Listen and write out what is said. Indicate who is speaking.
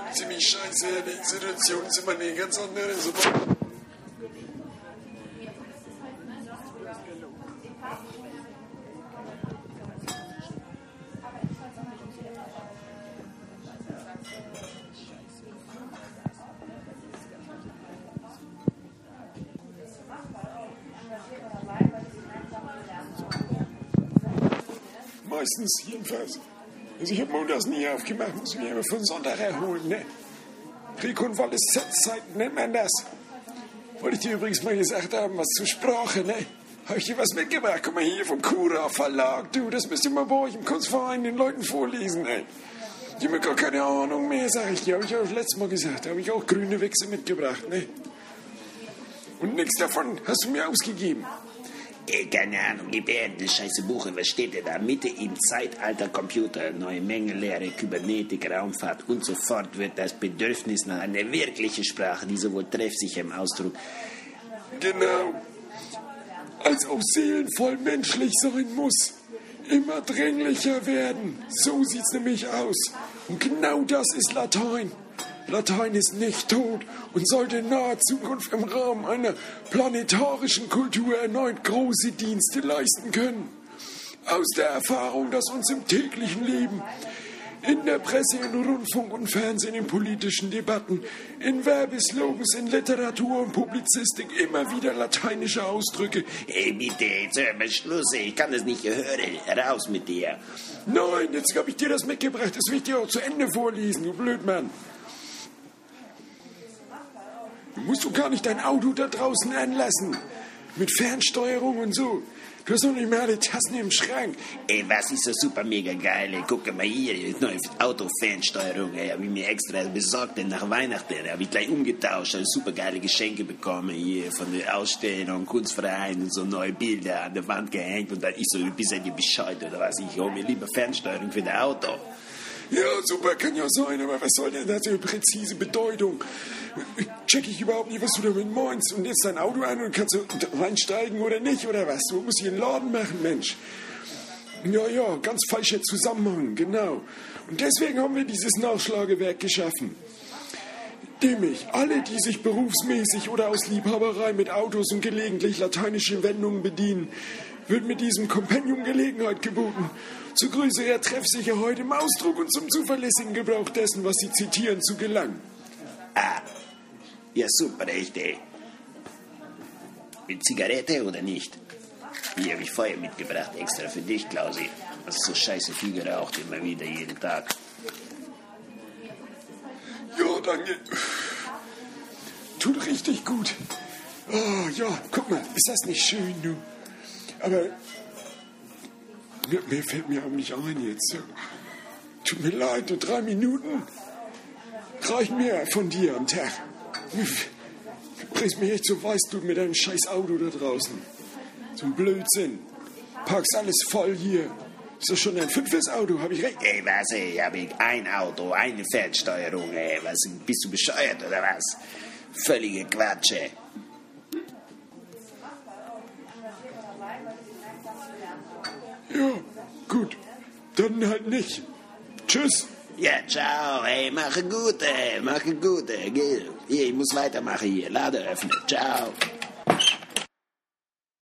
Speaker 1: ziemlich scheiße. Die Situation ist immer eine ganz andere. So. Meistens jedenfalls. Also ich habe montags nie aufgemacht, muss mich immer von Sonntag erholen, ne? Rekonvaleszenzzeit nennt man das. Wollte ich dir übrigens mal gesagt haben, was zur Sprache, ne? Habe ich dir was mitgebracht? Guck mal hier vom Kura Verlag, du, das müsst ihr mal bei euch im Kunstverein den Leuten vorlesen, ey. Die haben ja gar keine Ahnung mehr, sag ich dir. Habe ich auch das letzte Mal gesagt. Da habe ich auch grüne Wichse mitgebracht, ne? Und nichts davon hast du mir ausgegeben.
Speaker 2: Keine Ahnung, gib her das scheiße Buch. Was steht denn da? Mitte im Zeitalter Computer, neue Mengenlehre, Kybernetik, Raumfahrt und so fort wird das Bedürfnis nach einer wirklichen Sprache, die sowohl treffsicher im Ausdruck.
Speaker 1: Genau. Als auch seelenvoll menschlich sein muss. Immer dringlicher werden. So sieht's nämlich aus. Und genau das ist Latein. Latein ist nicht tot und sollte in naher Zukunft im Rahmen einer planetarischen Kultur erneut große Dienste leisten können. Aus der Erfahrung, dass uns im täglichen Leben, in der Presse, in Rundfunk und Fernsehen, in politischen Debatten, in Werbeslogans, in Literatur und Publizistik immer wieder lateinische Ausdrücke.
Speaker 2: Hey, bitte, jetzt hör mal Schluss, ich kann das nicht hören. Raus mit dir.
Speaker 1: Nein, jetzt habe ich dir das mitgebracht. Das will ich dir auch zu Ende vorlesen, du Blödmann. Musst du gar nicht dein Auto da draußen anlassen. Mit Fernsteuerung und so. Du hast noch nicht mehr alle Tassen im Schrank.
Speaker 2: Ey, was ist so super mega geil, ey. Guck mal hier, neue Auto-Fernsteuerung, ey. Hab ich mir extra besorgt, denn nach Weihnachten, hab ich gleich umgetauscht, hab super geile Geschenke bekommen hier von der Ausstellung, Kunstverein und so neue Bilder an der Wand gehängt und dann ich so, bist du Bescheid oder was? Ich hol mir lieber Fernsteuerung für das Auto.
Speaker 1: Ja, super, kann ja sein, aber was soll denn das für eine präzise Bedeutung? Check ich überhaupt nicht, was du damit meinst. Und jetzt dein Auto an und kannst du reinsteigen oder nicht, oder was? Du musst hier einen Laden machen, Mensch. Ja, ganz falscher Zusammenhang, genau. Und deswegen haben wir dieses Nachschlagewerk geschaffen. Nämlich alle, die sich berufsmäßig oder aus Liebhaberei mit Autos und gelegentlich lateinische Wendungen bedienen, wird mit diesem Kompendium Gelegenheit geboten, zu größerer Treffsicherheit im Ausdruck und zum zuverlässigen Gebrauch dessen, was sie zitieren, zu gelangen.
Speaker 2: Ah, ja super, echt, ey. Mit Zigarette oder nicht? Hier habe ich Feuer mitgebracht, extra für dich, Klausi. Hast so scheiße viel geraucht, immer wieder, jeden Tag.
Speaker 1: Ja, danke. Tut richtig gut. Oh, ja, guck mal, ist das nicht schön, du? Aber mehr fällt mir auch nicht ein jetzt. Tut mir leid, nur 3 Minuten reichen mir von dir am Tag. Du bringst mich echt so Weißblut mit deinem scheiß Auto da draußen. So ein Blödsinn. Parkst alles voll hier. Ist das schon ein 5. Auto? Hab ich recht?
Speaker 2: Ey, was, ey? Hab ich ein Auto, eine Fernsteuerung, ey? Was, bist du bescheuert oder was? Völlige Quatsch, ey.
Speaker 1: Ja, gut. Dann halt nicht. Tschüss.
Speaker 2: Ja, ciao, ey. Mache gut, ey. Mache gut, ey. Geh. Hier, ich muss weitermachen hier. Lade öffnen. Ciao.